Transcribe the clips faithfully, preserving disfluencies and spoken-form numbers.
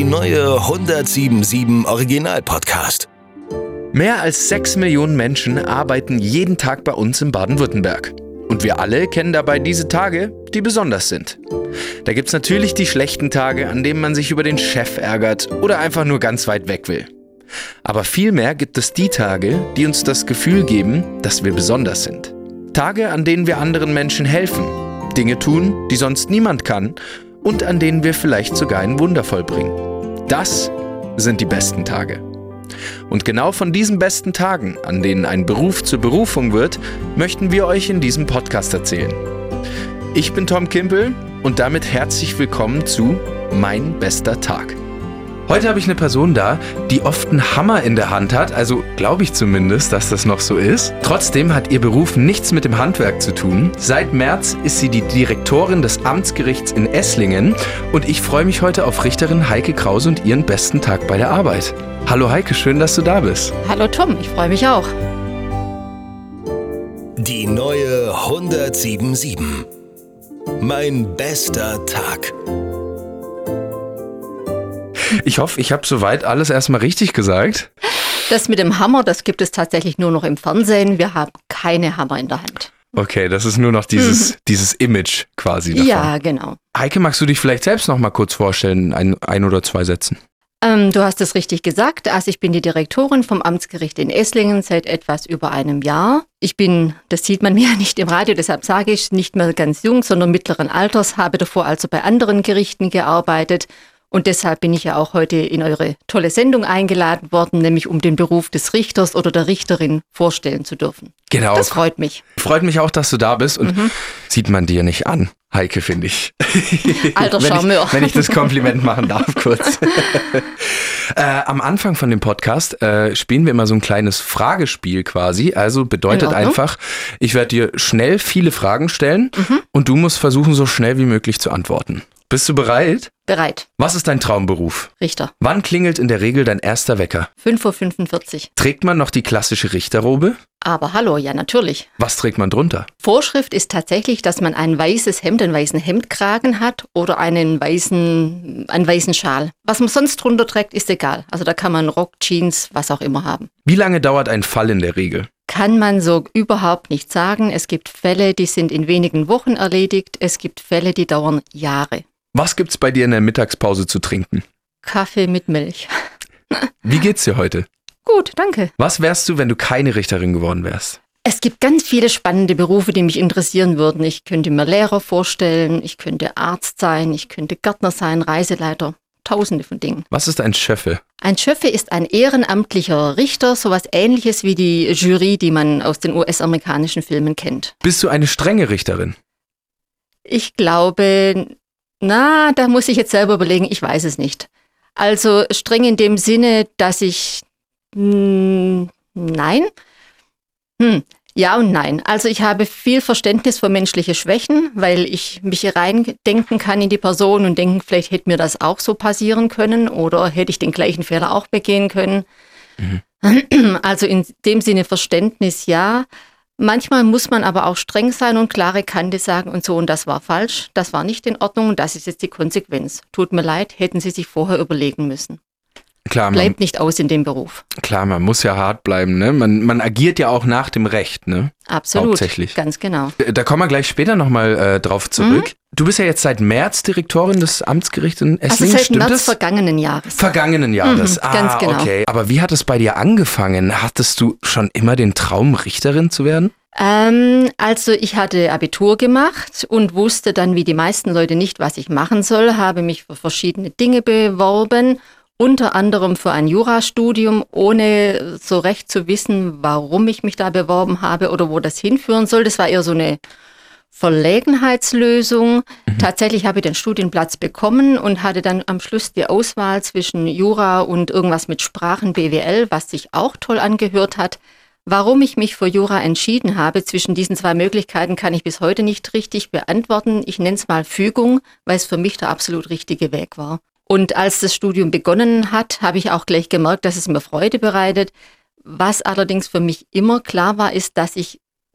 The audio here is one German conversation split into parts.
neue hundertsiebenundsiebzig Original-Podcast. Mehr als sechs Millionen Menschen arbeiten jeden Tag bei uns in Baden-Württemberg. Und wir alle kennen dabei diese Tage, die besonders sind. Da gibt's natürlich die schlechten Tage, an denen man sich über den Chef ärgert oder einfach nur ganz weit weg will. Aber vielmehr gibt es die Tage, die uns das Gefühl geben, dass wir besonders sind. Tage, an denen wir anderen Menschen helfen, Dinge tun, die sonst niemand kann und an denen wir vielleicht sogar ein Wunder vollbringen. Das sind die besten Tage. Und genau von diesen besten Tagen, an denen ein Beruf zur Berufung wird, möchten wir euch in diesem Podcast erzählen. Ich bin Tom Kimpel und damit herzlich willkommen zu Mein bester Tag. Heute habe ich eine Person da, die oft einen Hammer in der Hand hat, also glaube ich zumindest, dass das noch so ist. Trotzdem hat ihr Beruf nichts mit dem Handwerk zu tun. Seit März ist sie die Direktorin des Amtsgerichts in Esslingen und ich freue mich heute auf Richterin Heike Krause und ihren besten Tag bei der Arbeit. Hallo Heike, schön, dass du da bist. Hallo Tom, ich freue mich auch. Die neue hundertsiebenundsiebzig. Mein bester Tag. Ich hoffe, ich habe soweit alles erstmal richtig gesagt. Das mit dem Hammer, das gibt es tatsächlich nur noch im Fernsehen. Wir haben keine Hammer in der Hand. Okay, das ist nur noch dieses, mhm. dieses Image quasi davon. Ja, genau. Heike, magst du dich vielleicht selbst noch mal kurz vorstellen, ein, ein oder zwei Sätzen? Ähm, du hast es richtig gesagt. Also ich bin die Direktorin vom Amtsgericht in Esslingen seit etwas über einem Jahr. Ich bin, das sieht man mir nicht im Radio, deshalb sage ich, nicht mehr ganz jung, sondern mittleren Alters, habe davor also bei anderen Gerichten gearbeitet. Und deshalb bin ich ja auch heute in eure tolle Sendung eingeladen worden, nämlich um den Beruf des Richters oder der Richterin vorstellen zu dürfen. Genau. Das freut mich. Freut mich auch, dass du da bist und mhm. sieht man dir nicht an, Heike, finde ich. Alter wenn Charmeur. Ich, wenn ich das Kompliment machen darf, kurz. äh, am Anfang von dem Podcast äh, spielen wir immer so ein kleines Fragespiel quasi. Also bedeutet einfach, ich werde dir schnell viele Fragen stellen mhm. und du musst versuchen, so schnell wie möglich zu antworten. Bist du bereit? Bereit. Was ist dein Traumberuf? Richter. Wann klingelt in der Regel dein erster Wecker? fünf Uhr fünfundvierzig. Trägt man noch die klassische Richterrobe? Aber hallo, ja natürlich. Was trägt man drunter? Vorschrift ist tatsächlich, dass man ein weißes Hemd, einen weißen Hemdkragen hat oder einen weißen, einen weißen Schal. Was man sonst drunter trägt, ist egal. Also da kann man Rock, Jeans, was auch immer haben. Wie lange dauert ein Fall in der Regel? Kann man so überhaupt nicht sagen. Es gibt Fälle, die sind in wenigen Wochen erledigt. Es gibt Fälle, die dauern Jahre. Was gibt's bei dir in der Mittagspause zu trinken? Kaffee mit Milch. Wie geht's dir heute? Gut, danke. Was wärst du, wenn du keine Richterin geworden wärst? Es gibt ganz viele spannende Berufe, die mich interessieren würden. Ich könnte mir Lehrer vorstellen, ich könnte Arzt sein, ich könnte Gärtner sein, Reiseleiter. Tausende von Dingen. Was ist ein Schöffe? Ein Schöffe ist ein ehrenamtlicher Richter, sowas Ähnliches wie die Jury, die man aus den U S-amerikanischen Filmen kennt. Bist du eine strenge Richterin? Ich glaube, na, da muss ich jetzt selber überlegen, ich weiß es nicht. Also streng in dem Sinne, dass ich, mh, nein, hm, ja und nein. Also ich habe viel Verständnis für menschliche Schwächen, weil ich mich reindenken kann in die Person und denken, vielleicht hätte mir das auch so passieren können oder hätte ich den gleichen Fehler auch begehen können. Mhm. Also in dem Sinne Verständnis, ja. Manchmal muss man aber auch streng sein und klare Kante sagen und so, und das war falsch, das war nicht in Ordnung und das ist jetzt die Konsequenz. Tut mir leid, hätten Sie sich vorher überlegen müssen. Klar, Bleibt man, nicht aus in dem Beruf. Klar, man muss ja hart bleiben, ne? Man, man agiert ja auch nach dem Recht, ne? Absolut, hauptsächlich. Ganz genau. Da kommen wir gleich später nochmal äh, drauf zurück. Mhm. Du bist ja jetzt seit März Direktorin des Amtsgerichts in Esslingen, also seit stimmt März das? vergangenen Jahres. Vergangenen Jahres, mhm, ah, ganz genau. Okay. Aber wie hat es bei dir angefangen? Hattest du schon immer den Traum, Richterin zu werden? Ähm, also ich hatte Abitur gemacht und wusste dann wie die meisten Leute nicht, was ich machen soll, habe mich für verschiedene Dinge beworben, unter anderem für ein Jurastudium, ohne so recht zu wissen, warum ich mich da beworben habe oder wo das hinführen soll. Das war eher so eine Verlegenheitslösung. Mhm. Tatsächlich habe ich den Studienplatz bekommen und hatte dann am Schluss die Auswahl zwischen Jura und irgendwas mit Sprachen, B W L, was sich auch toll angehört hat. Warum ich mich für Jura entschieden habe, zwischen diesen zwei Möglichkeiten, kann ich bis heute nicht richtig beantworten. Ich nenne es mal Fügung, weil es für mich der absolut richtige Weg war. Und als das Studium begonnen hat, habe ich auch gleich gemerkt, dass es mir Freude bereitet. Was allerdings für mich immer klar war, ist, dass ich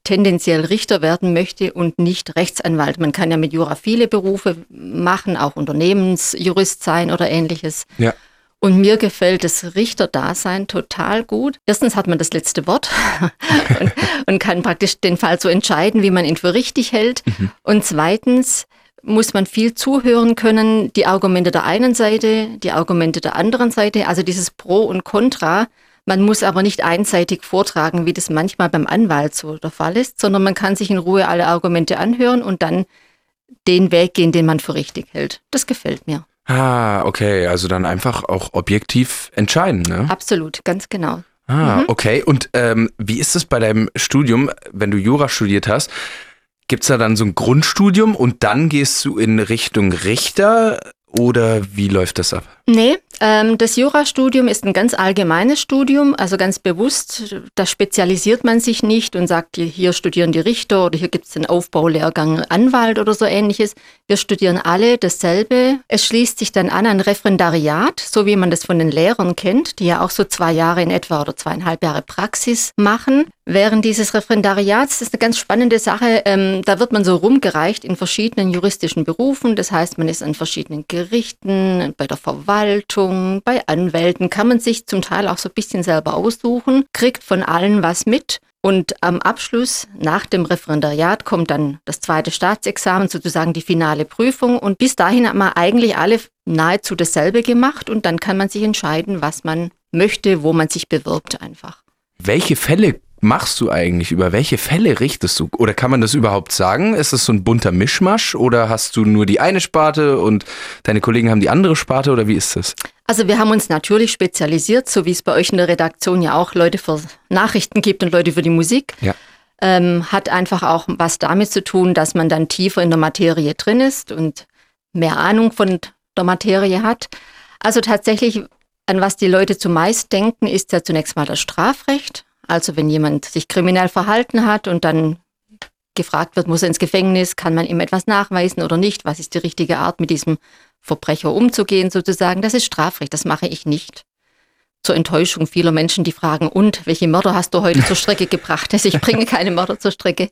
tendenziell Richter werden möchte und nicht Rechtsanwalt. Man kann ja mit Jura viele Berufe machen, auch Unternehmensjurist sein oder ähnliches. Ja. Und mir gefällt das Richterdasein total gut. Erstens hat man das letzte Wort und, und kann praktisch den Fall so entscheiden, wie man ihn für richtig hält. Mhm. Und zweitens muss man viel zuhören können, die Argumente der einen Seite, die Argumente der anderen Seite, also dieses Pro und Contra. Man muss aber nicht einseitig vortragen, wie das manchmal beim Anwalt so der Fall ist, sondern man kann sich in Ruhe alle Argumente anhören und dann den Weg gehen, den man für richtig hält. Das gefällt mir. Ah, okay, also dann einfach auch objektiv entscheiden, ne? Absolut, ganz genau. Ah, mhm. okay. Und ähm, wie ist es bei deinem Studium, wenn du Jura studiert hast? Gibt's da dann so ein Grundstudium und dann gehst du in Richtung Richter oder wie läuft das ab? Nee, ähm, das Jurastudium ist ein ganz allgemeines Studium, also ganz bewusst, da spezialisiert man sich nicht und sagt, hier studieren die Richter oder hier gibt es den Aufbaulehrgang Anwalt oder so ähnliches. Wir studieren alle dasselbe. Es schließt sich dann an ein Referendariat, so wie man das von den Lehrern kennt, die ja auch so zwei Jahre in etwa oder zweieinhalb Jahre Praxis machen. Während dieses Referendariats, das ist eine ganz spannende Sache, ähm, da wird man so rumgereicht in verschiedenen juristischen Berufen. Das heißt, man ist an verschiedenen Gerichten, bei der Verwaltung, bei Anwälten, kann man sich zum Teil auch so ein bisschen selber aussuchen, kriegt von allen was mit. Und am Abschluss, nach dem Referendariat, kommt dann das zweite Staatsexamen, sozusagen die finale Prüfung. Und bis dahin hat man eigentlich alle nahezu dasselbe gemacht und dann kann man sich entscheiden, was man möchte, wo man sich bewirbt einfach. Welche Fälle machst du eigentlich? Über welche Fälle richtest du? Oder kann man das überhaupt sagen? Ist das so ein bunter Mischmasch oder hast du nur die eine Sparte und deine Kollegen haben die andere Sparte oder wie ist das? Also wir haben uns natürlich spezialisiert, so wie es bei euch in der Redaktion ja auch Leute für Nachrichten gibt und Leute für die Musik. Ja. Ähm, hat einfach auch was damit zu tun, dass man dann tiefer in der Materie drin ist und mehr Ahnung von der Materie hat. Also tatsächlich, an was die Leute zumeist denken, ist ja zunächst mal das Strafrecht. Also wenn jemand sich kriminell verhalten hat und dann gefragt wird, muss er ins Gefängnis, kann man ihm etwas nachweisen oder nicht? Was ist die richtige Art, mit diesem Verbrecher umzugehen sozusagen? Das ist Strafrecht, das mache ich nicht. Zur Enttäuschung vieler Menschen, die fragen, und welche Mörder hast du heute zur Strecke gebracht? Also ich bringe keine Mörder zur Strecke.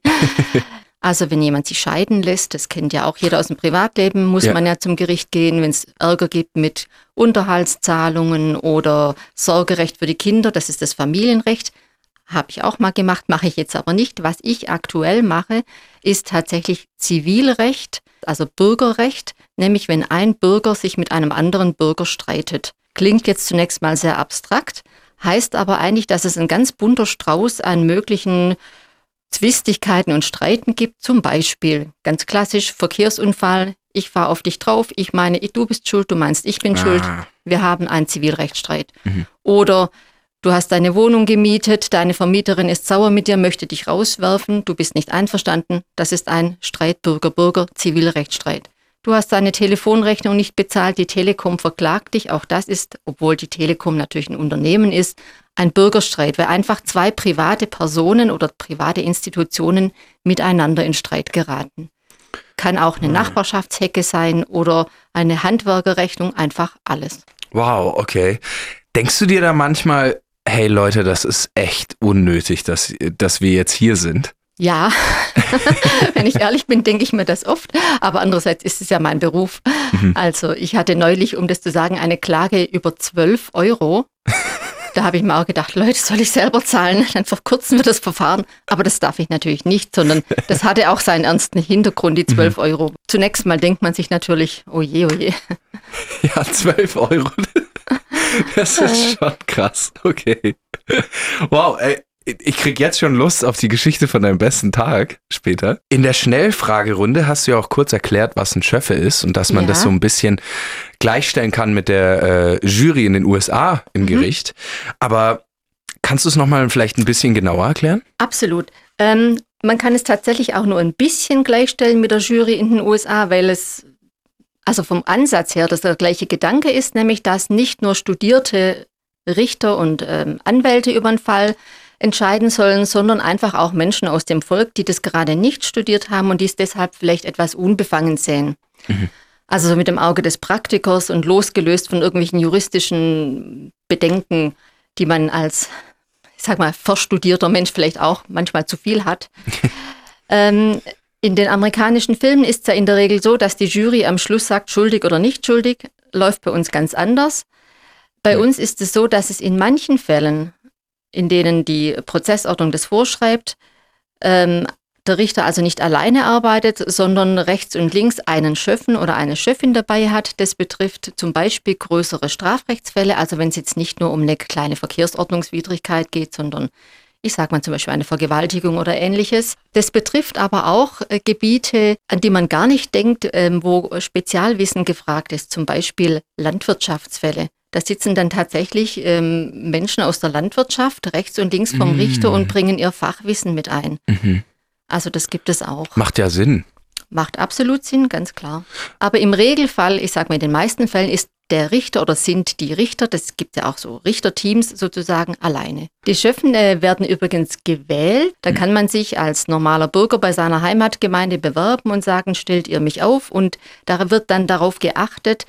Also wenn jemand sich scheiden lässt, das kennt ja auch jeder aus dem Privatleben, muss ja. man ja zum Gericht gehen, wenn es Ärger gibt mit Unterhaltszahlungen oder Sorgerecht für die Kinder, das ist das Familienrecht. Habe ich auch mal gemacht, mache ich jetzt aber nicht. Was ich aktuell mache, ist tatsächlich Zivilrecht, also Bürgerrecht, nämlich wenn ein Bürger sich mit einem anderen Bürger streitet. Klingt jetzt zunächst mal sehr abstrakt, heißt aber eigentlich, dass es ein ganz bunter Strauß an möglichen Zwistigkeiten und Streiten gibt. Zum Beispiel, ganz klassisch, Verkehrsunfall, ich fahre auf dich drauf, ich meine, du bist schuld, du meinst, ich bin ah. schuld, wir haben einen Zivilrechtsstreit. Mhm. Oder du hast deine Wohnung gemietet, deine Vermieterin ist sauer mit dir, möchte dich rauswerfen, du bist nicht einverstanden. Das ist ein Streit Bürger-Bürger-Zivilrechtsstreit. Du hast deine Telefonrechnung nicht bezahlt, die Telekom verklagt dich. Auch das ist, obwohl die Telekom natürlich ein Unternehmen ist, ein Bürgerstreit, weil einfach zwei private Personen oder private Institutionen miteinander in Streit geraten. Kann auch eine Nachbarschaftshecke sein oder eine Handwerkerrechnung, einfach alles. Wow, okay. Denkst du dir da manchmal, hey Leute, das ist echt unnötig, dass, dass wir jetzt hier sind? Ja, wenn ich ehrlich bin, denke ich mir das oft. Aber andererseits ist es ja mein Beruf. Mhm. Also ich hatte neulich, um das zu sagen, eine Klage über zwölf Euro. Da habe ich mir auch gedacht, Leute, soll ich selber zahlen? Dann verkürzen wir das Verfahren. Aber das darf ich natürlich nicht, sondern das hatte auch seinen ernsten Hintergrund, die zwölf mhm. Euro. Zunächst mal denkt man sich natürlich, oh je, oh je. Ja, zwölf Euro. Das ist schon krass. Okay. Wow, ey. Ich krieg jetzt schon Lust auf die Geschichte von deinem besten Tag später. In der Schnellfragerunde hast du ja auch kurz erklärt, was ein Schöffe ist und dass man ja. das so ein bisschen gleichstellen kann mit der äh, Jury in den U S A im mhm. Gericht. Aber kannst du es nochmal vielleicht ein bisschen genauer erklären? Absolut. Ähm, man kann es tatsächlich auch nur ein bisschen gleichstellen mit der Jury in den U S A, weil es also vom Ansatz her dass der gleiche Gedanke ist, nämlich dass nicht nur studierte Richter und ähm, Anwälte über einen Fall entscheiden sollen, sondern einfach auch Menschen aus dem Volk, die das gerade nicht studiert haben und die es deshalb vielleicht etwas unbefangen sehen. Mhm. Also so mit dem Auge des Praktikers und losgelöst von irgendwelchen juristischen Bedenken, die man als ich sag mal, verstudierter Mensch vielleicht auch manchmal zu viel hat. ähm, in den amerikanischen Filmen ist es ja in der Regel so, dass die Jury am Schluss sagt, schuldig oder nicht schuldig, läuft bei uns ganz anders. Bei ja. uns ist es so, dass es in manchen Fällen, in denen die Prozessordnung das vorschreibt, ähm, der Richter also nicht alleine arbeitet, sondern rechts und links einen Schöffen oder eine Schöffin dabei hat. Das betrifft zum Beispiel größere Strafrechtsfälle, also wenn es jetzt nicht nur um eine kleine Verkehrsordnungswidrigkeit geht, sondern ich sage mal zum Beispiel eine Vergewaltigung oder Ähnliches. Das betrifft aber auch äh, Gebiete, an die man gar nicht denkt, ähm, wo Spezialwissen gefragt ist, zum Beispiel Landwirtschaftsfälle. Da sitzen dann tatsächlich ähm, Menschen aus der Landwirtschaft rechts und links vom mm. Richter und bringen ihr Fachwissen mit ein. Mhm. Also das gibt es auch. Macht ja Sinn. Macht absolut Sinn, ganz klar. Aber im Regelfall, ich sage mal in den meisten Fällen, ist der Richter oder sind die Richter, das gibt ja auch so Richterteams sozusagen, alleine. Die Schöffen äh, werden übrigens gewählt. Da kann man sich als normaler Bürger bei seiner Heimatgemeinde bewerben und sagen, stellt ihr mich auf. Und da wird dann darauf geachtet,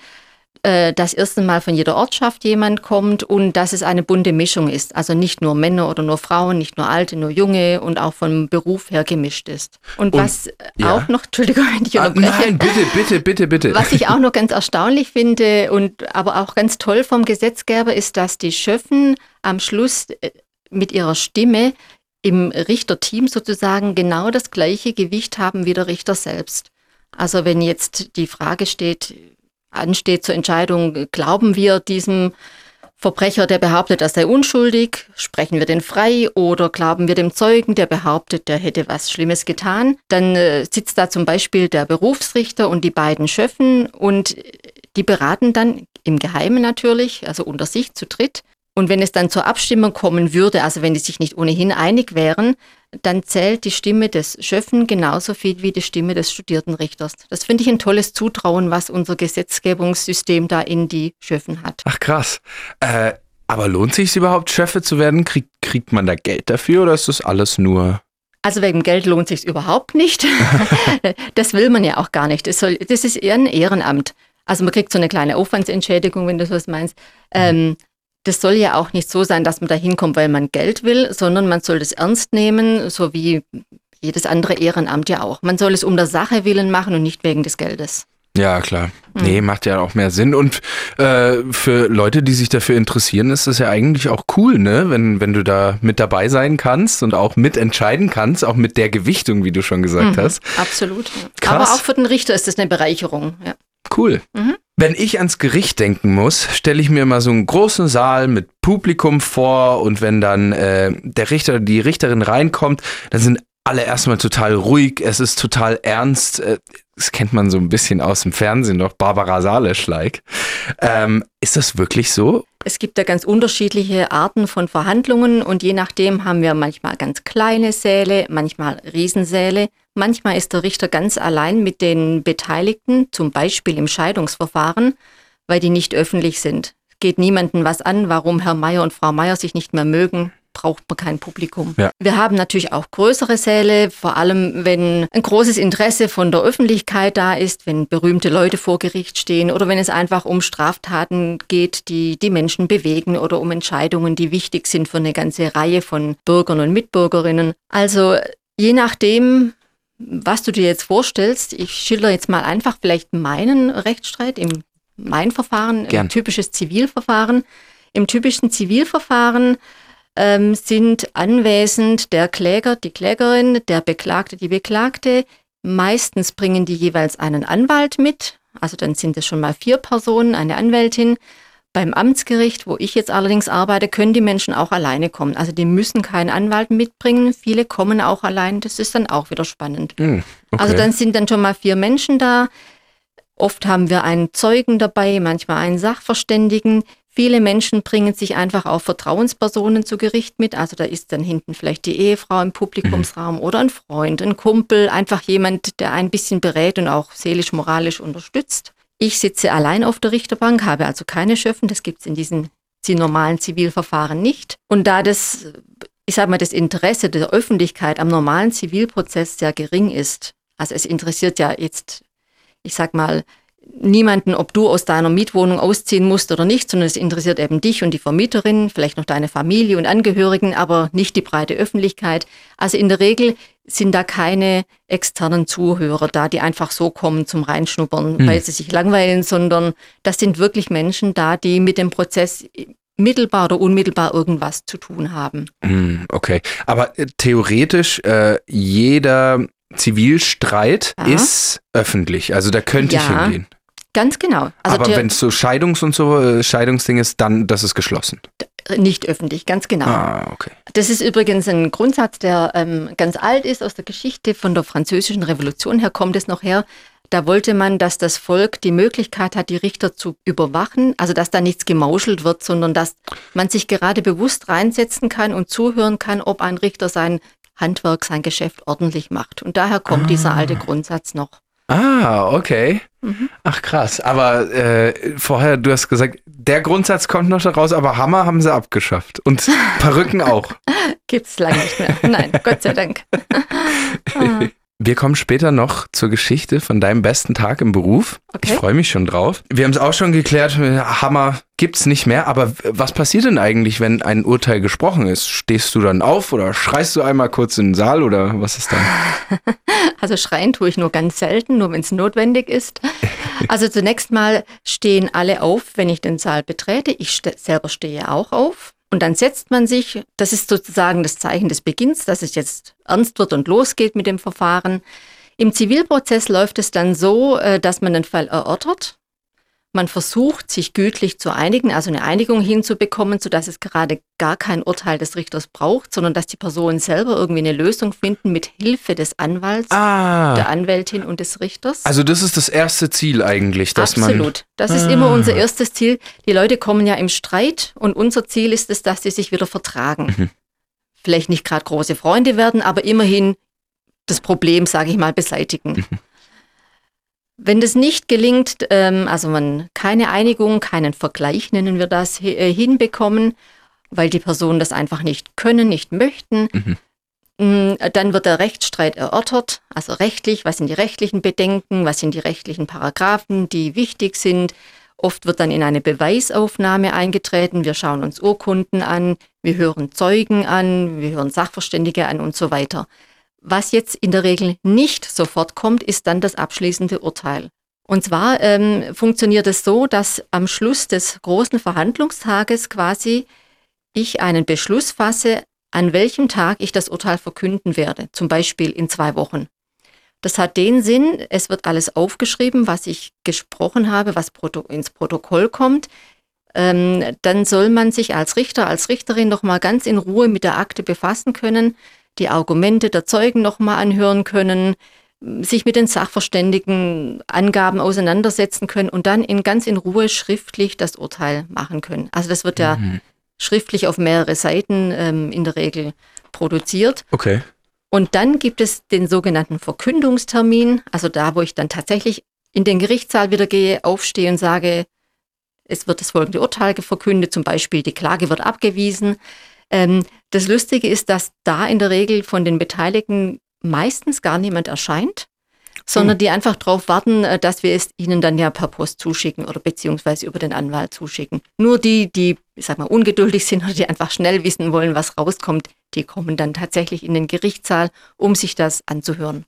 dass erst einmal von jeder Ortschaft jemand kommt und dass es eine bunte Mischung ist. Also nicht nur Männer oder nur Frauen, nicht nur Alte, nur Junge und auch vom Beruf her gemischt ist. Und, und was ja. auch noch, Entschuldigung, wenn ich unterbreche. Ah, nein, bitte, bitte, bitte, bitte. Was ich auch noch ganz erstaunlich finde und aber auch ganz toll vom Gesetzgeber ist, dass die Schöffen am Schluss mit ihrer Stimme im Richterteam sozusagen genau das gleiche Gewicht haben wie der Richter selbst. Also wenn jetzt die Frage steht, ansteht zur Entscheidung, glauben wir diesem Verbrecher, der behauptet, er sei unschuldig, sprechen wir den frei oder glauben wir dem Zeugen, der behauptet, der hätte was Schlimmes getan, dann äh, sitzt da zum Beispiel der Berufsrichter und die beiden Schöffen und die beraten dann im Geheimen natürlich, also unter sich zu dritt. Und wenn es dann zur Abstimmung kommen würde, also wenn die sich nicht ohnehin einig wären, dann zählt die Stimme des Schöffen genauso viel wie die Stimme des studierten Richters. Das finde ich ein tolles Zutrauen, was unser Gesetzgebungssystem da in die Schöffen hat. Ach krass. Äh, aber lohnt sich überhaupt, Schöffe zu werden? Krieg, kriegt man da Geld dafür oder ist das alles nur... Also wegen Geld lohnt sich überhaupt nicht. Das will man ja auch gar nicht. Das, soll, das ist eher ein Ehrenamt. Also man kriegt so eine kleine Aufwandsentschädigung, wenn du sowas meinst. Ähm, Das soll ja auch nicht so sein, dass man da hinkommt, weil man Geld will, sondern man soll das ernst nehmen, so wie jedes andere Ehrenamt ja auch. Man soll es um der Sache willen machen und nicht wegen des Geldes. Ja, klar. Mhm. Nee, macht ja auch mehr Sinn. Und äh, für Leute, die sich dafür interessieren, ist das ja eigentlich auch cool, ne? Wenn, wenn du da mit dabei sein kannst und auch mitentscheiden kannst, auch mit der Gewichtung, wie du schon gesagt mhm, hast. Absolut. Krass. Aber auch für den Richter ist das eine Bereicherung, ja. Cool. Mhm. Wenn ich ans Gericht denken muss, stelle ich mir mal so einen großen Saal mit Publikum vor und wenn dann äh, der Richter oder die Richterin reinkommt, dann sind alle erstmal total ruhig, es ist total ernst. Äh, das kennt man so ein bisschen aus dem Fernsehen noch, Barbara Salisch-like. Ähm, ist das wirklich so? Es gibt da ganz unterschiedliche Arten von Verhandlungen und je nachdem haben wir manchmal ganz kleine Säle, manchmal Riesensäle. Manchmal ist der Richter ganz allein mit den Beteiligten, zum Beispiel im Scheidungsverfahren, weil die nicht öffentlich sind. Es geht niemandem was an, warum Herr Meier und Frau Meier sich nicht mehr mögen, braucht man kein Publikum. Ja. Wir haben natürlich auch größere Säle, vor allem wenn ein großes Interesse von der Öffentlichkeit da ist, wenn berühmte Leute vor Gericht stehen oder wenn es einfach um Straftaten geht, die die Menschen bewegen oder um Entscheidungen, die wichtig sind für eine ganze Reihe von Bürgern und Mitbürgerinnen. Also je nachdem, was du dir jetzt vorstellst, ich schilder jetzt mal einfach vielleicht meinen Rechtsstreit im mein Verfahren, Gern. Ein typisches Zivilverfahren. Im typischen Zivilverfahren ähm, sind anwesend der Kläger, die Klägerin, der Beklagte, die Beklagte. Meistens bringen die jeweils einen Anwalt mit, also dann sind es schon mal vier Personen, eine Anwältin. Beim Amtsgericht, wo ich jetzt allerdings arbeite, können die Menschen auch alleine kommen. Also die müssen keinen Anwalt mitbringen. Viele kommen auch allein. Das ist dann auch wieder spannend. Mm, okay. Also dann sind dann schon mal vier Menschen da. Oft haben wir einen Zeugen dabei, manchmal einen Sachverständigen. Viele Menschen bringen sich einfach auch Vertrauenspersonen zu Gericht mit. Also da ist dann hinten vielleicht die Ehefrau im Publikumsraum mm. oder ein Freund, ein Kumpel, einfach jemand, der ein bisschen berät und auch seelisch, moralisch unterstützt. Ich sitze allein auf der Richterbank, habe also keine Schöffen, das gibt es in diesen normalen Zivilverfahren nicht. Und da das, ich sage mal, das Interesse der Öffentlichkeit am normalen Zivilprozess sehr gering ist, also es interessiert ja jetzt, ich sag mal, niemanden, ob du aus deiner Mietwohnung ausziehen musst oder nicht, sondern es interessiert eben dich und die Vermieterin, vielleicht noch deine Familie und Angehörigen, aber nicht die breite Öffentlichkeit. Also in der Regel sind da keine externen Zuhörer da, die einfach so kommen zum Reinschnuppern, hm. weil sie sich langweilen, sondern das sind wirklich Menschen da, die mit dem Prozess mittelbar oder unmittelbar irgendwas zu tun haben. Okay, aber äh, theoretisch äh, jeder Zivilstreit ja. ist öffentlich, also da könnte ja, ich hingehen. Ganz genau. Also aber wenn es so Scheidungs- und so äh, Scheidungsding ist, dann das ist geschlossen. Nicht öffentlich, ganz genau. Ah, okay. Das ist übrigens ein Grundsatz, der ähm, ganz alt ist, aus der Geschichte von der Französischen Revolution her kommt es noch her. Da wollte man, dass das Volk die Möglichkeit hat, die Richter zu überwachen, also dass da nichts gemauschelt wird, sondern dass man sich gerade bewusst reinsetzen kann und zuhören kann, ob ein Richter sein Handwerk, sein Geschäft ordentlich macht. Und daher kommt ah. dieser alte Grundsatz noch. Ah, okay. Mhm. Ach krass, aber äh, vorher, du hast gesagt, der Grundsatz kommt noch daraus, aber Hammer haben sie abgeschafft und Perücken auch. Gibt's lange nicht mehr. Nein, Gott sei Dank. ah. Wir kommen später noch zur Geschichte von deinem besten Tag im Beruf. Okay. Ich freue mich schon drauf. Wir haben es auch schon geklärt, Hammer gibt's nicht mehr. Aber was passiert denn eigentlich, wenn ein Urteil gesprochen ist? Stehst du dann auf oder schreist du einmal kurz in den Saal oder was ist dann? Also schreien tue ich nur ganz selten, nur wenn es notwendig ist. Also zunächst mal stehen alle auf, wenn ich den Saal betrete. Ich st- selber stehe auch auf. Und dann setzt man sich, das ist sozusagen das Zeichen des Beginns, dass es jetzt ernst wird und losgeht mit dem Verfahren. Im Zivilprozess läuft es dann so, dass man den Fall erörtert. Man versucht, sich gütlich zu einigen, also eine Einigung hinzubekommen, sodass es gerade gar kein Urteil des Richters braucht, sondern dass die Personen selber irgendwie eine Lösung finden mit Hilfe des Anwalts, ah. der Anwältin und des Richters. Also das ist das erste Ziel eigentlich, dass Absolut. man... Absolut. Das ist ah. immer unser erstes Ziel. Die Leute kommen ja im Streit und unser Ziel ist es, dass sie sich wieder vertragen. Mhm. Vielleicht nicht gerade große Freunde werden, aber immerhin das Problem, sage ich mal, beseitigen. Mhm. Wenn das nicht gelingt, also man keine Einigung, keinen Vergleich, nennen wir das, hinbekommen, weil die Personen das einfach nicht können, nicht möchten, mhm. dann wird der Rechtsstreit erörtert, also rechtlich, was sind die rechtlichen Bedenken, was sind die rechtlichen Paragraphen, die wichtig sind. Oft wird dann in eine Beweisaufnahme eingetreten, wir schauen uns Urkunden an, wir hören Zeugen an, wir hören Sachverständige an und so weiter. Was jetzt in der Regel nicht sofort kommt, ist dann das abschließende Urteil. Und zwar ähm, funktioniert es so, dass am Schluss des großen Verhandlungstages quasi ich einen Beschluss fasse, an welchem Tag ich das Urteil verkünden werde, zum Beispiel in zwei Wochen. Das hat den Sinn, es wird alles aufgeschrieben, was ich gesprochen habe, was proto- ins Protokoll kommt. Ähm, dann soll man sich als Richter, als Richterin noch mal ganz in Ruhe mit der Akte befassen können, die Argumente der Zeugen nochmal anhören können, sich mit den Sachverständigen Angaben auseinandersetzen können und dann in ganz in Ruhe schriftlich das Urteil machen können. Also das wird ja mhm. schriftlich auf mehrere Seiten ähm, in der Regel produziert. Okay. Und dann gibt es den sogenannten Verkündungstermin, also da, wo ich dann tatsächlich in den Gerichtssaal wieder gehe, aufstehe und sage, es wird das folgende Urteil verkündet, zum Beispiel die Klage wird abgewiesen. Das Lustige ist, dass da in der Regel von den Beteiligten meistens gar niemand erscheint, sondern die einfach darauf warten, dass wir es ihnen dann ja per Post zuschicken oder beziehungsweise über den Anwalt zuschicken. Nur die, die, ich sag mal, ungeduldig sind oder die einfach schnell wissen wollen, was rauskommt, die kommen dann tatsächlich in den Gerichtssaal, um sich das anzuhören.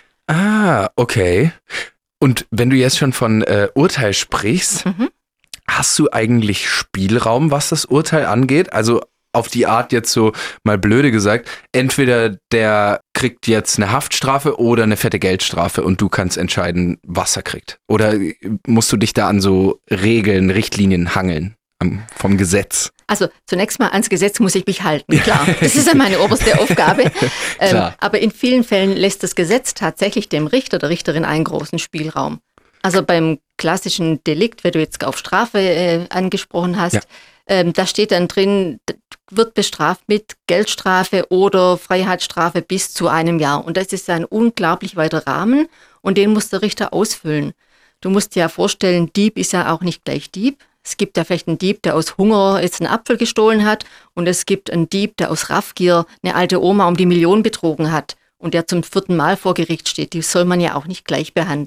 Ah, okay. Und wenn du jetzt schon von äh, Urteil sprichst, mhm. hast du eigentlich Spielraum, was das Urteil angeht? Also auf die Art jetzt so mal blöde gesagt, entweder der kriegt jetzt eine Haftstrafe oder eine fette Geldstrafe und du kannst entscheiden, was er kriegt. Oder musst du dich da an so Regeln, Richtlinien hangeln am, vom Gesetz? Also zunächst mal ans Gesetz muss ich mich halten, klar. Das ist ja meine oberste Aufgabe. ähm, aber in vielen Fällen lässt das Gesetz tatsächlich dem Richter, der Richterin einen großen Spielraum. Also beim klassischen Delikt, wenn du jetzt auf Strafe äh, angesprochen hast, ja. ähm, da steht dann drin, wird bestraft mit Geldstrafe oder Freiheitsstrafe bis zu einem Jahr. Und das ist ein unglaublich weiter Rahmen und den muss der Richter ausfüllen. Du musst dir ja vorstellen, Dieb ist ja auch nicht gleich Dieb. Es gibt ja vielleicht einen Dieb, der aus Hunger jetzt einen Apfel gestohlen hat und es gibt einen Dieb, der aus Raffgier eine alte Oma um die Million betrogen hat und der zum vierten Mal vor Gericht steht. Die soll man ja auch nicht gleich behandeln.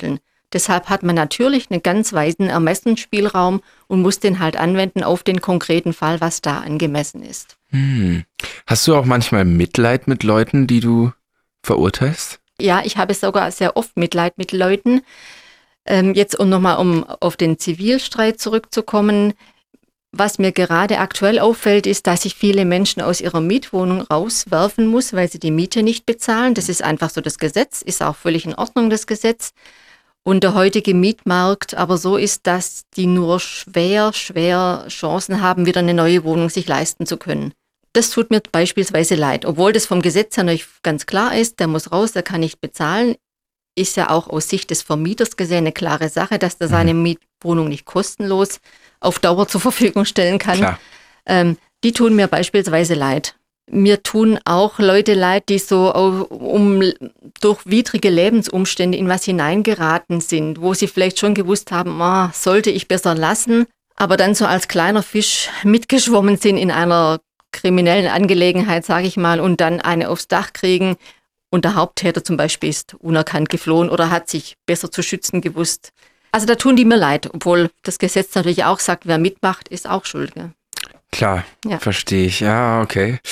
Deshalb hat man natürlich einen ganz weiten Ermessensspielraum und muss den halt anwenden auf den konkreten Fall, was da angemessen ist. Hm. Hast du auch manchmal Mitleid mit Leuten, die du verurteilst? Ja, ich habe sogar sehr oft Mitleid mit Leuten. Ähm, jetzt um nochmal um auf den Zivilstreit zurückzukommen. Was mir gerade aktuell auffällt, ist, dass ich viele Menschen aus ihrer Mietwohnung rauswerfen muss, weil sie die Miete nicht bezahlen. Das ist einfach so das Gesetz, ist auch völlig in Ordnung, das Gesetz. Und der heutige Mietmarkt aber so ist, dass die nur schwer, schwer Chancen haben, wieder eine neue Wohnung sich leisten zu können. Das tut mir beispielsweise leid. Obwohl das vom Gesetz her nicht ganz klar ist, der muss raus, der kann nicht bezahlen, ist ja auch aus Sicht des Vermieters gesehen eine klare Sache, dass der seine Mietwohnung nicht kostenlos auf Dauer zur Verfügung stellen kann. Ähm, die tun mir beispielsweise leid. Mir tun auch Leute leid, die so um, durch widrige Lebensumstände in was hineingeraten sind, wo sie vielleicht schon gewusst haben, oh, sollte ich besser lassen, aber dann so als kleiner Fisch mitgeschwommen sind in einer kriminellen Angelegenheit, sage ich mal, und dann eine aufs Dach kriegen und der Haupttäter zum Beispiel ist unerkannt geflohen oder hat sich besser zu schützen gewusst. Also da tun die mir leid, obwohl das Gesetz natürlich auch sagt, wer mitmacht, ist auch schuld. Gell? Klar, ja. Verstehe ich. Ja, okay.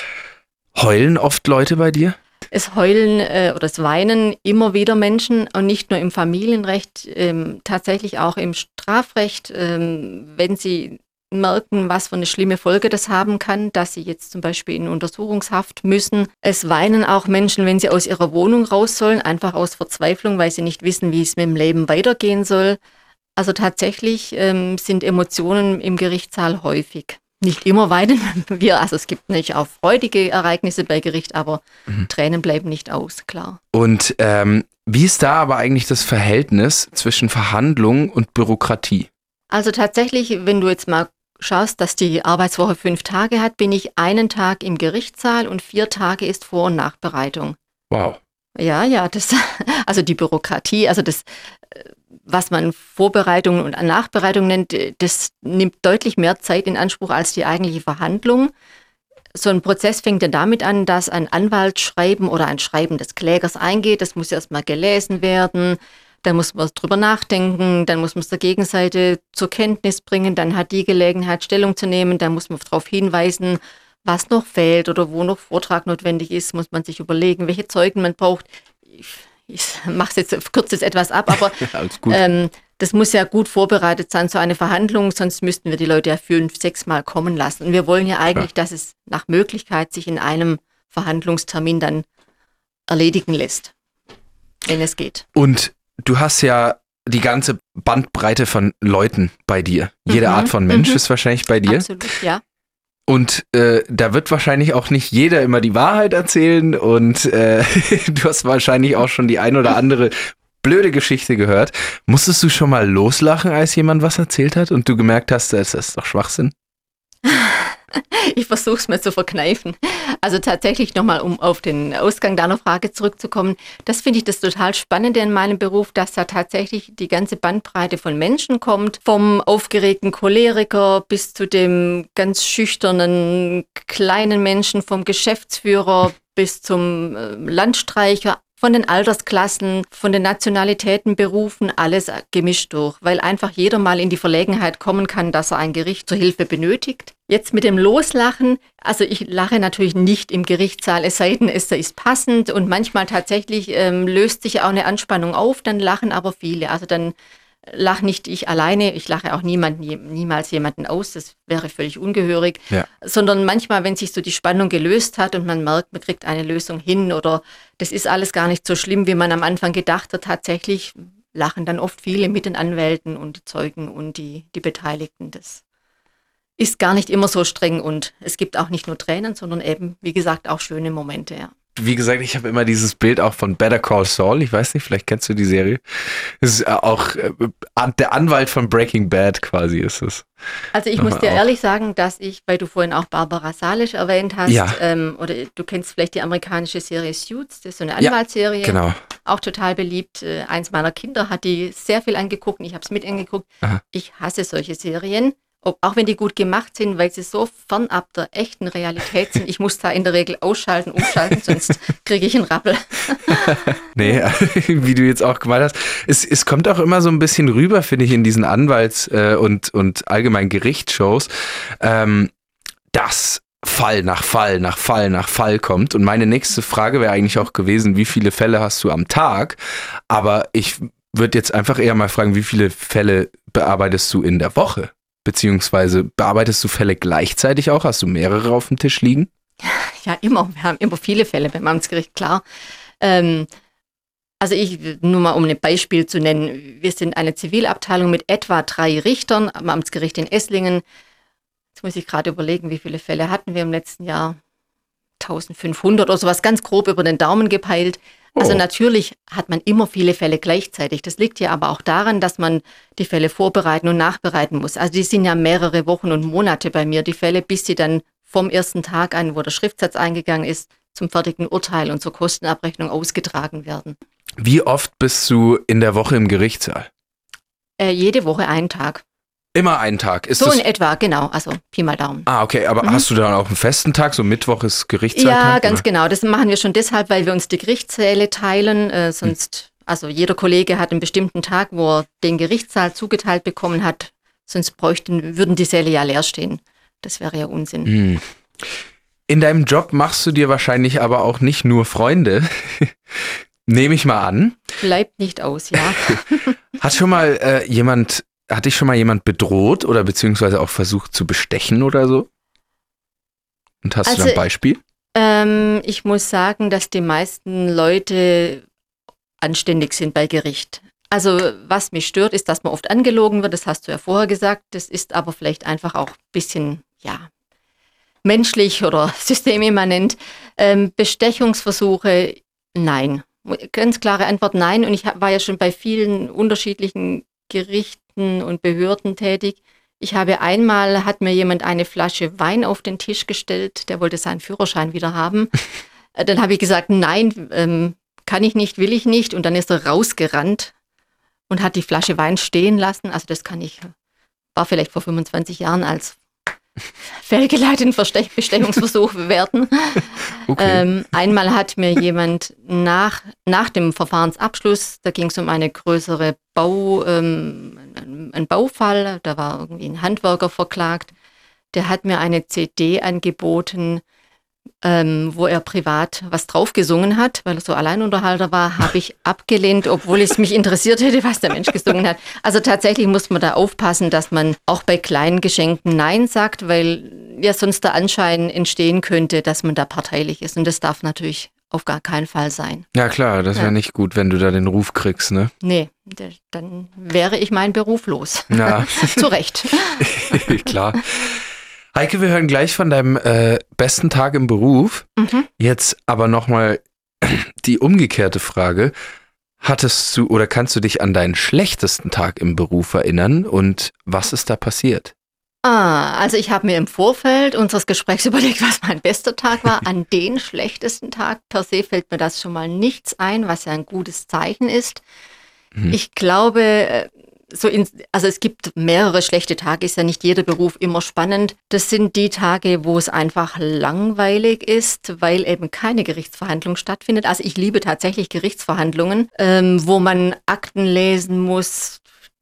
Heulen oft Leute bei dir? Es heulen äh, oder es weinen immer wieder Menschen und nicht nur im Familienrecht, ähm, tatsächlich auch im Strafrecht, ähm, wenn sie merken, was für eine schlimme Folge das haben kann, dass sie jetzt zum Beispiel in Untersuchungshaft müssen. Es weinen auch Menschen, wenn sie aus ihrer Wohnung raus sollen, einfach aus Verzweiflung, weil sie nicht wissen, wie es mit dem Leben weitergehen soll. Also tatsächlich ähm, sind Emotionen im Gerichtssaal häufig. Nicht immer weinen wir, also es gibt natürlich auch freudige Ereignisse bei Gericht, aber mhm. Tränen bleiben nicht aus, klar. Und ähm, wie ist da aber eigentlich das Verhältnis zwischen Verhandlung und Bürokratie? Also tatsächlich, wenn du jetzt mal schaust, dass die Arbeitswoche fünf Tage hat, bin ich einen Tag im Gerichtssaal und vier Tage ist Vor- und Nachbereitung. Wow. Ja, ja, das, also die Bürokratie, also das, was man Vorbereitung und Nachbereitung nennt, das nimmt deutlich mehr Zeit in Anspruch als die eigentliche Verhandlung. So ein Prozess fängt ja damit an, dass ein Anwaltsschreiben oder ein Schreiben des Klägers eingeht. Das muss erstmal gelesen werden. Dann muss man drüber nachdenken, dann muss man es der Gegenseite zur Kenntnis bringen, dann hat die Gelegenheit, Stellung zu nehmen, dann muss man darauf hinweisen, was noch fehlt oder wo noch Vortrag notwendig ist, muss man sich überlegen, welche Zeugen man braucht. Ich, ich mache es jetzt, kürze es etwas ab, aber ähm, das muss ja gut vorbereitet sein, so eine Verhandlung, sonst müssten wir die Leute ja fünf, sechs Mal kommen lassen. Und wir wollen ja eigentlich, ja. dass es nach Möglichkeit sich in einem Verhandlungstermin dann erledigen lässt, wenn es geht. Und du hast ja die ganze Bandbreite von Leuten bei dir. Jede mhm. Art von Mensch mhm. ist wahrscheinlich bei dir. Absolut, ja. Und äh, da wird wahrscheinlich auch nicht jeder immer die Wahrheit erzählen und äh, du hast wahrscheinlich auch schon die ein oder andere blöde Geschichte gehört. Musstest du schon mal loslachen, als jemand was erzählt hat und du gemerkt hast, das ist doch Schwachsinn? Ich versuche es mir zu verkneifen. Also tatsächlich nochmal, um auf den Ausgang deiner Frage zurückzukommen, das finde ich das total Spannende in meinem Beruf, dass da tatsächlich die ganze Bandbreite von Menschen kommt, vom aufgeregten Choleriker bis zu dem ganz schüchternen kleinen Menschen, vom Geschäftsführer bis zum Landstreicher, von den Altersklassen, von den Nationalitäten, Berufen, alles gemischt durch, weil einfach jeder mal in die Verlegenheit kommen kann, dass er ein Gericht zur Hilfe benötigt. Jetzt mit dem Loslachen, also ich lache natürlich nicht im Gerichtssaal, es sei denn, es ist passend und manchmal tatsächlich ähm, löst sich auch eine Anspannung auf, dann lachen aber viele. Also dann lache nicht ich alleine, ich lache auch niemanden, niemals jemanden aus, das wäre völlig ungehörig, ja. Sondern manchmal, wenn sich so die Spannung gelöst hat und man merkt, man kriegt eine Lösung hin oder das ist alles gar nicht so schlimm, wie man am Anfang gedacht hat, tatsächlich lachen dann oft viele mit den Anwälten und die Zeugen und die, die Beteiligten. Das ist gar nicht immer so streng und es gibt auch nicht nur Tränen, sondern eben, wie gesagt, auch schöne Momente, ja. Wie gesagt, ich habe immer dieses Bild auch von Better Call Saul. Ich weiß nicht, vielleicht kennst du die Serie. Es ist auch äh, der Anwalt von Breaking Bad quasi ist es. Also ich muss dir auch ehrlich sagen, dass ich, weil du vorhin auch Barbara Salisch erwähnt hast, ja. ähm, oder du kennst vielleicht die amerikanische Serie Suits, das ist so eine Anwaltsserie. Ja, genau. Auch total beliebt. Äh, eins meiner Kinder hat die sehr viel angeguckt und ich habe es mit angeguckt. Aha. Ich hasse solche Serien. Ob, auch wenn die gut gemacht sind, weil sie so fernab der echten Realität sind. Ich muss da in der Regel ausschalten, umschalten, sonst kriege ich einen Rappel. Nee, wie du jetzt auch gemeint hast. Es, es kommt auch immer so ein bisschen rüber, finde ich, in diesen Anwalts- äh, und, und allgemein Gerichtsshows, ähm, dass Fall nach Fall nach Fall nach Fall kommt. Und meine nächste Frage wäre eigentlich auch gewesen, wie viele Fälle hast du am Tag? Aber ich würde jetzt einfach eher mal fragen, wie viele Fälle bearbeitest du in der Woche? Beziehungsweise bearbeitest du Fälle gleichzeitig auch? Hast du mehrere auf dem Tisch liegen? Ja, immer. Wir haben immer viele Fälle beim Amtsgericht, klar. Ähm, also ich, nur mal um ein Beispiel zu nennen, wir sind eine Zivilabteilung mit etwa drei Richtern am Amtsgericht in Esslingen. Jetzt muss ich gerade überlegen, wie viele Fälle hatten wir im letzten Jahr? eintausendfünfhundert oder sowas, ganz grob über den Daumen gepeilt. Also Oh. natürlich hat man immer viele Fälle gleichzeitig. Das liegt ja aber auch daran, dass man die Fälle vorbereiten und nachbereiten muss. Also die sind ja mehrere Wochen und Monate bei mir, die Fälle, bis sie dann vom ersten Tag an, wo der Schriftsatz eingegangen ist, zum fertigen Urteil und zur Kostenabrechnung ausgetragen werden. Wie oft bist du in der Woche im Gerichtssaal? Äh, jede Woche einen Tag. Immer einen Tag. Ist So das in etwa, genau. Also Pi mal Daumen. Ah, okay, aber Mhm. hast du dann auch einen festen Tag, so Mittwoch ist Gerichtssaaltag? Ja, ganz oder? genau. Das machen wir schon deshalb, weil wir uns die Gerichtssäle teilen. Äh, sonst, also jeder Kollege hat einen bestimmten Tag, wo er den Gerichtssaal zugeteilt bekommen hat. Sonst bräuchten, würden die Säle ja leer stehen. Das wäre ja Unsinn. Hm. In deinem Job machst du dir wahrscheinlich aber auch nicht nur Freunde. Nehme ich mal an. Bleibt nicht aus, ja. Hat schon mal äh, jemand, hat dich schon mal jemand bedroht oder beziehungsweise auch versucht zu bestechen oder so? Und hast du da Also, ein Beispiel? ähm, ich muss sagen, dass die meisten Leute anständig sind bei Gericht. Also was mich stört, ist, dass man oft angelogen wird. Das hast du ja vorher gesagt. Das ist aber vielleicht einfach auch ein bisschen, ja, menschlich oder systemimmanent. Ähm, Bestechungsversuche, nein. Ganz klare Antwort, nein. Und ich hab, war ja schon bei vielen unterschiedlichen Gerichten und Behörden tätig. Ich habe einmal, hat mir jemand eine Flasche Wein auf den Tisch gestellt, der wollte seinen Führerschein wieder haben. Äh, Dann habe ich gesagt, nein, ähm, kann ich nicht, will ich nicht. Und dann ist er rausgerannt und hat die Flasche Wein stehen lassen. Also das kann ich, war vielleicht vor fünfundzwanzig Jahren als fehlgeleiteten Verstech- Bestechungsversuch bewerten. Okay. Ähm, einmal hat mir jemand nach, nach dem Verfahrensabschluss, da ging es um eine größere Bau, ähm, ein, ein Baufall, da war irgendwie ein Handwerker verklagt, der hat mir eine C D angeboten, ähm, wo er privat was drauf gesungen hat, weil er so Alleinunterhalter war, habe ich abgelehnt, obwohl es mich interessiert hätte, was der Mensch gesungen hat. Also tatsächlich muss man da aufpassen, dass man auch bei kleinen Geschenken Nein sagt, weil ja sonst der Anschein entstehen könnte, dass man da parteilich ist. Und das darf natürlich auf gar keinen Fall sein. Ja klar, das wäre Ja. nicht gut, wenn du da den Ruf kriegst, ne? Nee, der, dann wäre ich meinen Beruf los. Ja, Zu Recht. klar. Heike, wir hören gleich von deinem äh, besten Tag im Beruf. Mhm. Jetzt aber nochmal die umgekehrte Frage. Hattest du oder kannst du dich an deinen schlechtesten Tag im Beruf erinnern und was ist da passiert? Ah, also ich habe mir im Vorfeld unseres Gesprächs überlegt, was mein bester Tag war. An den schlechtesten Tag per se fällt mir das schon mal nichts ein, was ja ein gutes Zeichen ist. Mhm. Ich glaube, äh, so in, also es gibt mehrere schlechte Tage, ist ja nicht jeder Beruf immer spannend. Das sind die Tage, wo es einfach langweilig ist, weil eben keine Gerichtsverhandlung stattfindet. Also ich liebe tatsächlich Gerichtsverhandlungen, ähm, wo man Akten lesen muss,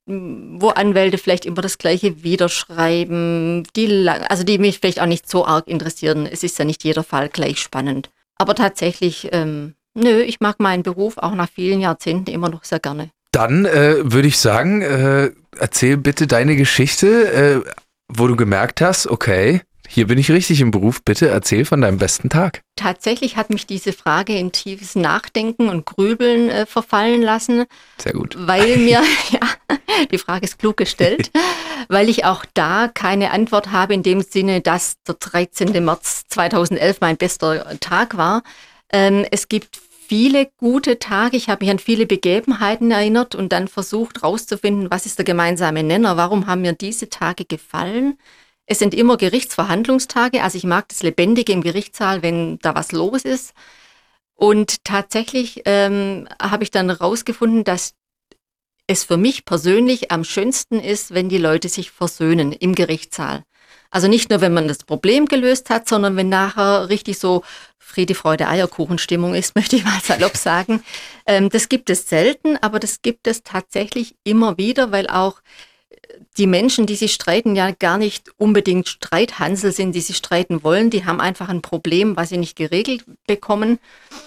wo Anwälte vielleicht immer das Gleiche wiederschreiben, die lang, also die mich vielleicht auch nicht so arg interessieren. Es ist ja nicht jeder Fall gleich spannend. Aber tatsächlich, ähm, nö, ich mag meinen Beruf auch nach vielen Jahrzehnten immer noch sehr gerne. Dann äh, würde ich sagen, äh, erzähl bitte deine Geschichte, äh, wo du gemerkt hast, okay, hier bin ich richtig im Beruf, bitte erzähl von deinem besten Tag. Tatsächlich hat mich diese Frage in tiefes Nachdenken und Grübeln äh, verfallen lassen, Sehr gut. weil mir, ja, die Frage ist klug gestellt, weil ich auch da keine Antwort habe in dem Sinne, dass der dreizehnten März zweitausendelf mein bester Tag war. Ähm, es gibt viele gute Tage. Ich habe mich an viele Begebenheiten erinnert und dann versucht herauszufinden, was ist der gemeinsame Nenner, warum haben mir diese Tage gefallen. Es sind immer Gerichtsverhandlungstage, also ich mag das Lebendige im Gerichtssaal, wenn da was los ist. Und tatsächlich ähm, habe ich dann herausgefunden, dass es für mich persönlich am schönsten ist, wenn die Leute sich versöhnen im Gerichtssaal. Also nicht nur, wenn man das Problem gelöst hat, sondern wenn nachher richtig so Friede, Freude, Eierkuchenstimmung ist, möchte ich mal salopp sagen. Ähm, das gibt es selten, aber das gibt es tatsächlich immer wieder, weil auch die Menschen, die sich streiten, ja gar nicht unbedingt Streithansel sind, die sich streiten wollen. Die haben einfach ein Problem, was sie nicht geregelt bekommen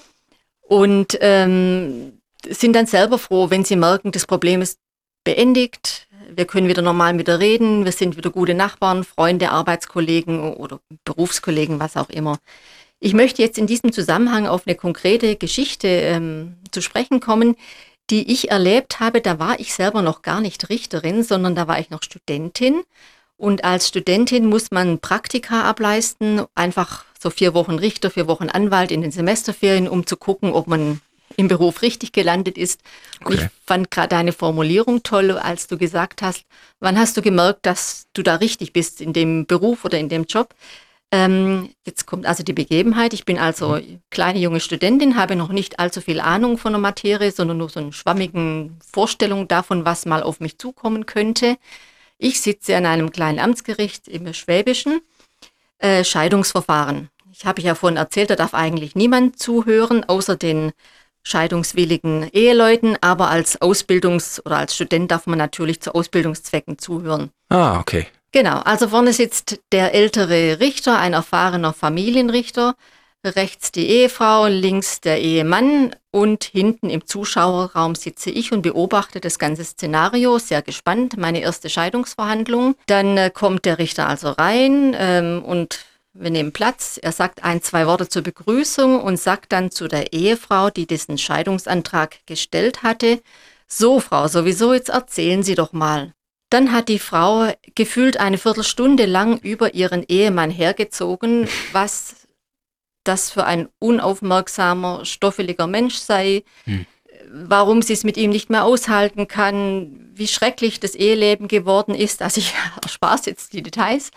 und ähm, sind dann selber froh, wenn sie merken, das Problem ist beendigt. Wir können wieder normal wieder reden, wir sind wieder gute Nachbarn, Freunde, Arbeitskollegen oder Berufskollegen, was auch immer. Ich möchte jetzt in diesem Zusammenhang auf eine konkrete Geschichte ähm, zu sprechen kommen, die ich erlebt habe. Da war ich selber noch gar nicht Richterin, sondern da war ich noch Studentin. Und als Studentin muss man Praktika ableisten, einfach so vier Wochen Richter, vier Wochen Anwalt in den Semesterferien, um zu gucken, ob man im Beruf richtig gelandet ist. Und okay. Ich fand gerade deine Formulierung toll, als du gesagt hast, wann hast du gemerkt, dass du da richtig bist in dem Beruf oder in dem Job? Ähm, jetzt kommt also die Begebenheit. Ich bin also mhm. kleine junge Studentin, habe noch nicht allzu viel Ahnung von der Materie, sondern nur so eine schwammigen Vorstellung davon, was mal auf mich zukommen könnte. Ich sitze an einem kleinen Amtsgericht im Schwäbischen, äh, Scheidungsverfahren. Ich habe ja vorhin erzählt, da darf eigentlich niemand zuhören, außer den scheidungswilligen Eheleuten, aber als Ausbildungs- oder als Student darf man natürlich zu Ausbildungszwecken zuhören. Ah, okay. Genau, also vorne sitzt der ältere Richter, ein erfahrener Familienrichter, rechts die Ehefrau, links der Ehemann und hinten im Zuschauerraum sitze ich und beobachte das ganze Szenario, sehr gespannt, meine erste Scheidungsverhandlung. Dann äh, kommt der Richter also rein ähm, und wir nehmen Platz. Er sagt ein, zwei Worte zur Begrüßung und sagt dann zu der Ehefrau, die diesen Scheidungsantrag gestellt hatte, so Frau, sowieso, jetzt erzählen Sie doch mal. Dann hat die Frau gefühlt eine Viertelstunde lang über ihren Ehemann hergezogen, was das für ein unaufmerksamer, stoffeliger Mensch sei, hm. warum sie es mit ihm nicht mehr aushalten kann, wie schrecklich das Eheleben geworden ist. Also ich erspare jetzt die Details.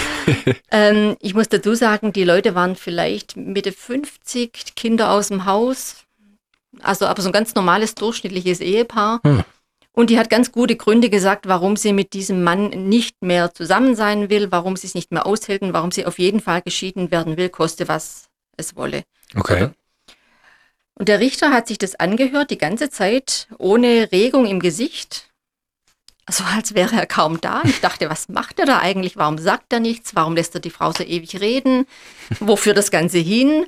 ähm, ich muss dazu sagen, die Leute waren vielleicht Mitte fünfzig, Kinder aus dem Haus, also aber so ein ganz normales, durchschnittliches Ehepaar. Hm. Und die hat ganz gute Gründe gesagt, warum sie mit diesem Mann nicht mehr zusammen sein will, warum sie es nicht mehr aushält und warum sie auf jeden Fall geschieden werden will, koste was es wolle. Okay. Und der Richter hat sich das angehört, die ganze Zeit, ohne Regung im Gesicht. Also als wäre er kaum da. Ich dachte, was macht er da eigentlich? Warum sagt er nichts? Warum lässt er die Frau so ewig reden? Wofür das Ganze hin?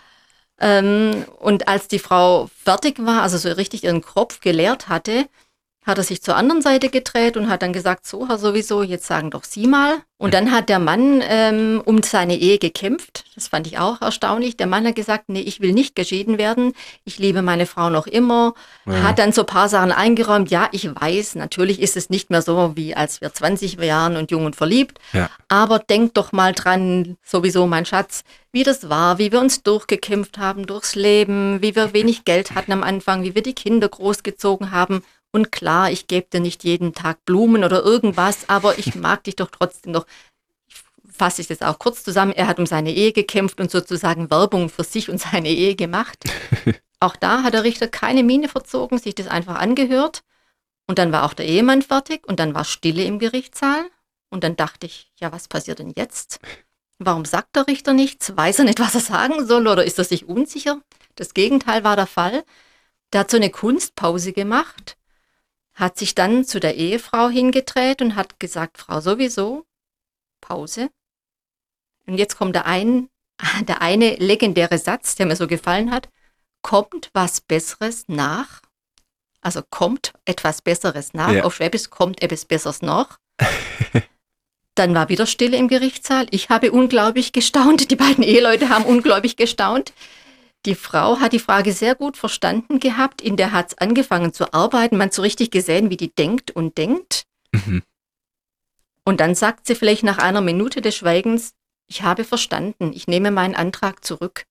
Ähm, und als die Frau fertig war, also so richtig ihren Kopf geleert hatte, hat er sich zur anderen Seite gedreht und hat dann gesagt, so, Herr sowieso, jetzt sagen doch Sie mal. Und dann hat der Mann ähm, um seine Ehe gekämpft. Das fand ich auch erstaunlich. Der Mann hat gesagt, nee, ich will nicht geschieden werden. Ich liebe meine Frau noch immer. Ja. Hat dann so ein paar Sachen eingeräumt. Ja, ich weiß, natürlich ist es nicht mehr so, wie als wir zwanzig waren und jung und verliebt. Ja. Aber denk doch mal dran, sowieso, mein Schatz, wie das war, wie wir uns durchgekämpft haben durchs Leben, wie wir wenig Geld hatten am Anfang, wie wir die Kinder großgezogen haben. Und klar, ich gebe dir nicht jeden Tag Blumen oder irgendwas, aber ich mag dich doch trotzdem noch. Ich fasse ich das auch kurz zusammen. Er hat um seine Ehe gekämpft und sozusagen Werbung für sich und seine Ehe gemacht. Auch da hat der Richter keine Miene verzogen, sich das einfach angehört. Und dann war auch der Ehemann fertig und dann war Stille im Gerichtssaal. Und dann dachte ich, ja, was passiert denn jetzt? Warum sagt der Richter nichts? Weiß er nicht, was er sagen soll oder ist er sich unsicher? Das Gegenteil war der Fall. Der hat so eine Kunstpause gemacht, hat sich dann zu der Ehefrau hingedreht und hat gesagt, Frau sowieso, Pause. Und jetzt kommt der, ein, der eine legendäre Satz, der mir so gefallen hat, kommt was Besseres nach? Also kommt etwas Besseres nach, ja. Auf Schwäbisch kommt etwas Besseres noch. Dann war wieder Stille im Gerichtssaal. Ich habe unglaublich gestaunt, die beiden Eheleute haben unglaublich gestaunt. Die Frau hat die Frage sehr gut verstanden gehabt, in der hat es angefangen zu arbeiten, man hat so richtig gesehen, wie die denkt und denkt. Mhm. Und dann sagt sie vielleicht nach einer Minute des Schweigens, ich habe verstanden, ich nehme meinen Antrag zurück.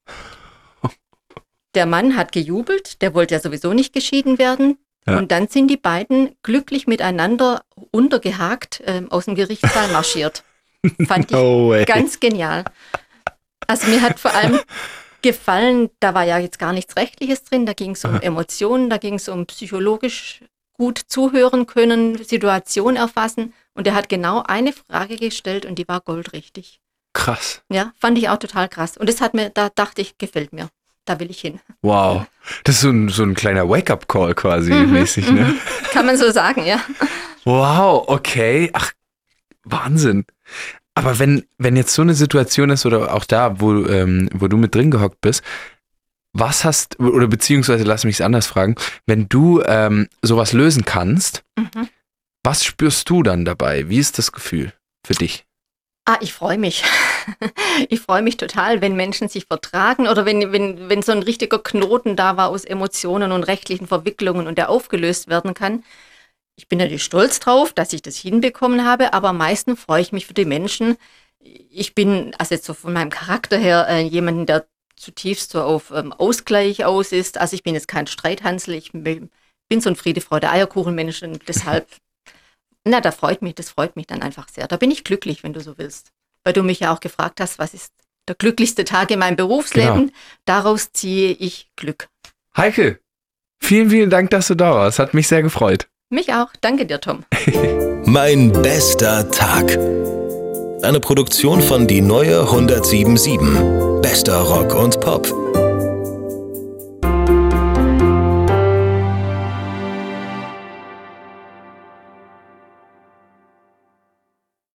Der Mann hat gejubelt, der wollte ja sowieso nicht geschieden werden. Ja. Und dann sind die beiden glücklich miteinander untergehakt äh, aus dem Gerichtssaal marschiert. Fand ich no ganz genial. Also mir hat vor allem gefallen, da war ja jetzt gar nichts Rechtliches drin, da ging es um Emotionen, da ging es um psychologisch gut zuhören können, Situation erfassen. Und er hat genau eine Frage gestellt und die war goldrichtig. Krass. Ja, fand ich auch total krass. Und das hat mir, da dachte ich, gefällt mir. Da will ich hin. Wow. Das ist so ein, so ein kleiner Wake-up-Call quasi mhm, mäßig, ne? Kann man so sagen, ja. Wow, okay. Ach, Wahnsinn. Aber wenn, wenn jetzt so eine Situation ist oder auch da, wo, ähm, wo du mit drin gehockt bist, was hast, oder beziehungsweise lass mich es anders fragen, wenn du ähm, sowas lösen kannst, mhm. was spürst du dann dabei? Wie ist das Gefühl für dich? Ah, ich freue mich. Ich freue mich total, wenn Menschen sich vertragen oder wenn, wenn, wenn so ein richtiger Knoten da war aus Emotionen und rechtlichen Verwicklungen und der aufgelöst werden kann. Ich bin natürlich stolz drauf, dass ich das hinbekommen habe, aber am meisten freue ich mich für die Menschen. Ich bin, also jetzt so von meinem Charakter her, äh, jemanden, der zutiefst so auf ähm, Ausgleich aus ist. Also ich bin jetzt kein Streithansel, ich bin so ein Friede, Freude, Eierkuchenmensch und deshalb, na, da freut mich, das freut mich dann einfach sehr. Da bin ich glücklich, wenn du so willst. Weil du mich ja auch gefragt hast, was ist der glücklichste Tag in meinem Berufsleben? Genau. Daraus ziehe ich Glück. Heike, vielen, vielen Dank, dass du da warst. Hat mich sehr gefreut. Mich auch. Danke dir, Tom. Mein bester Tag. Eine Produktion von Die Neue hundertsieben Komma sieben. Bester Rock und Pop.